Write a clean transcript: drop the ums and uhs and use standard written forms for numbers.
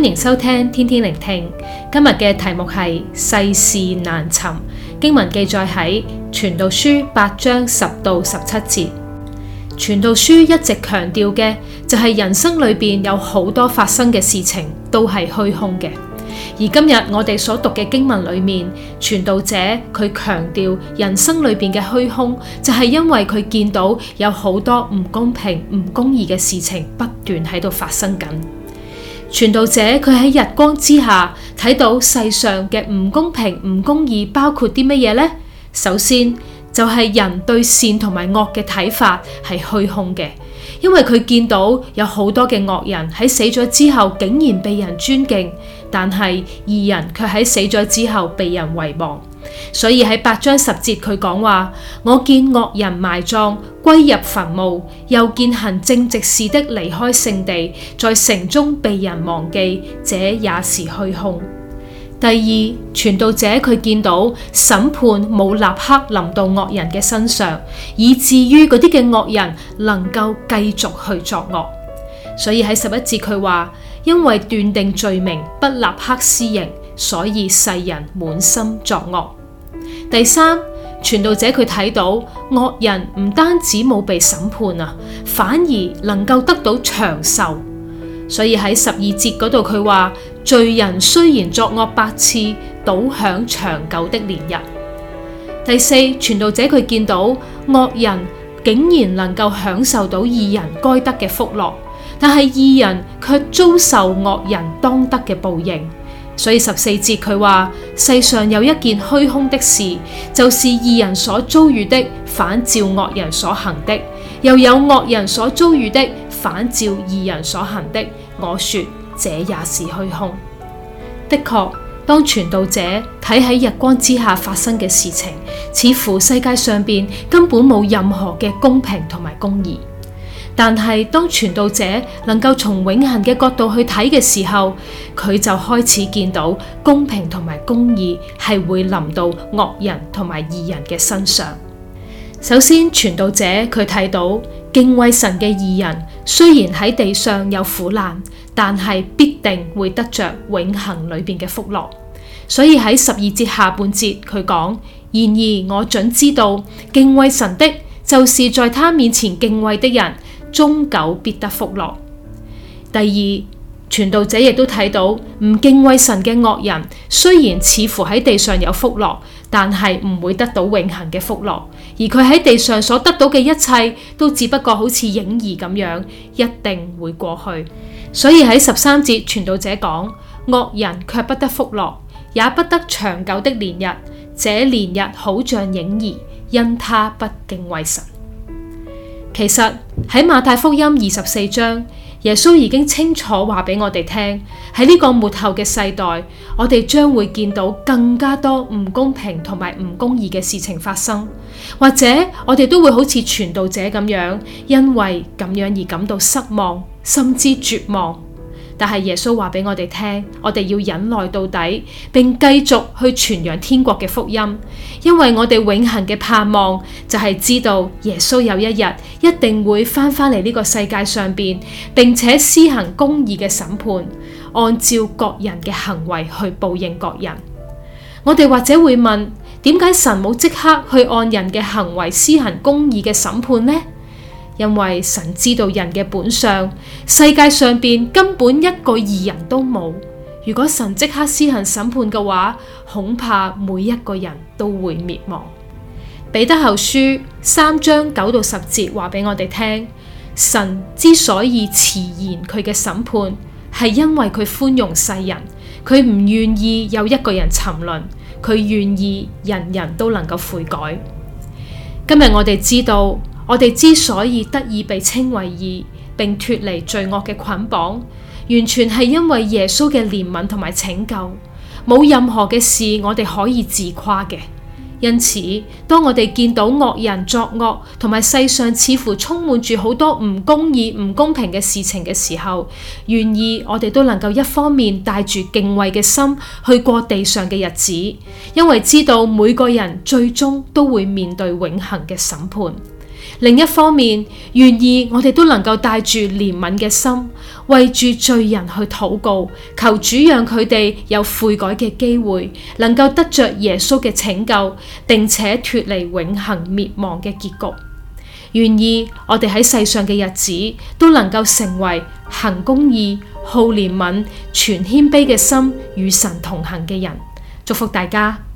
迎收聽天天聆聽。今日嘅題目係世事難尋，經文記載喺傳道書8章10到17節。傳道書一直強調嘅就係人生裏邊有好多發生嘅事情都係虛空嘅。而今日我哋所讀嘅經文裏面，傳道者佢強調人生裏邊嘅虛空，就係因為佢見到有好多唔公平、唔公義嘅事情不斷喺度發生緊。傳道者佢喺日光之下睇到世上嘅唔公平、唔公義包括啲乜嘢呢？首先就係人對善同埋惡嘅睇法係虛空嘅，因為佢見到有好多嘅惡人喺死咗之後竟然被人尊敬，但係義人卻喺死咗之後被人遺忘。所以喺8章10節佢講話：我見惡人埋葬歸入墳墓，又見行正直事的離開聖地，在城中被人忘記，這也是虛空。第二，傳道者佢見到審判冇立刻臨到惡人嘅身上，以至於嗰啲嘅惡人能夠繼續去作惡。所以喺11節佢話：因為斷定罪名不立刻施行，所以世人滿心作惡。第三，傳道者佢睇到惡人唔單止冇被審判啊，反而能夠得到長壽。所以喺12節嗰度佢話：罪人雖然作惡百次，倒享長久的年日。第四，傳道者佢見到惡人竟然能夠享受到義人該得嘅福樂，但係義人卻遭受惡人當得嘅報應。所以14節佢話：世上有一件虛空的事，就是義人所遭遇的反照惡人所行的，又有惡人所遭遇的反照義人所行的。我說這也是虛空。的確，當傳道者睇喺日光之下發生嘅事情，似乎世界上邊根本冇任何嘅公平同埋公義。但係當傳道者能夠從永恆嘅角度去睇嘅時候，佢就開始見到公平同埋公義係會臨到惡人同埋義人嘅身上。首先，傳道者佢睇到敬畏神嘅義人雖然喺地上有苦難，但係必定會得着永恆裏邊嘅福樂。所以喺12節下半節佢講：然而我準知道敬畏神的，就是在他面前敬畏的人，終久必得福樂。第二，傳道者亦都睇到唔敬畏神嘅惡人，雖然似乎喺地上有福樂，但係唔會得到永恆嘅福樂，而佢喺地上所得到嘅一切，都只不過好似影兒咁樣，一定會過去。所以喺13節，傳道者講：惡人卻不得福樂，也不得長久的年日，這年日好像影兒，因他不敬畏神。其實喺馬太福音24章，耶穌已經清楚話俾我哋聽，喺呢個末後嘅世代，我哋將會見到更加多唔公平同埋唔公義嘅事情發生，或者我哋都會好似傳道者咁樣，因為咁樣而感到失望，甚至絕望。但係耶穌話俾我哋聽，我哋要忍耐到底，並繼續去傳揚天國嘅福音，因為我哋永恆嘅盼望就係知道耶穌有一日一定會翻嚟呢個世界上邊，並且施行公義嘅審判，按照各人嘅行為去報應各人。我哋或者會問，點解神冇即刻去按人嘅行為施行公義嘅審判呢？因為神知道人嘅本相，世界上邊根本一個義人都冇。如果神即刻施行審判嘅話，恐怕每一個人都會滅亡。彼得後書3章9到10節話俾我哋聽，神之所以遲延佢嘅審判，係因為佢寬容世人，佢唔願意有一個人沉淪，佢願意人人都能夠悔改。今日我哋知道，我哋之所以得以被稱為義，並脫離罪惡嘅捆綁，完全係因為耶穌嘅憐憫同埋拯救，冇任何嘅事我哋可以自誇嘅。因此，當我哋見到惡人作惡，同埋世上似乎充滿住好多唔公義、唔公平嘅事情嘅時候，願意我哋都能夠一方面帶住敬畏嘅心去過地上嘅日子，因為知道每個人最終都會面對永恆嘅審判。 另一方面，願意我哋都能夠帶住憐憫嘅心，為住罪人去禱告，求主讓佢哋有悔改嘅機會，能夠得着耶穌嘅拯救，並且脫離永恆滅亡嘅結局。願意我哋喺世上嘅日子都能夠成為行公義、好憐憫、存謙卑嘅心與神同行嘅人。祝福大家。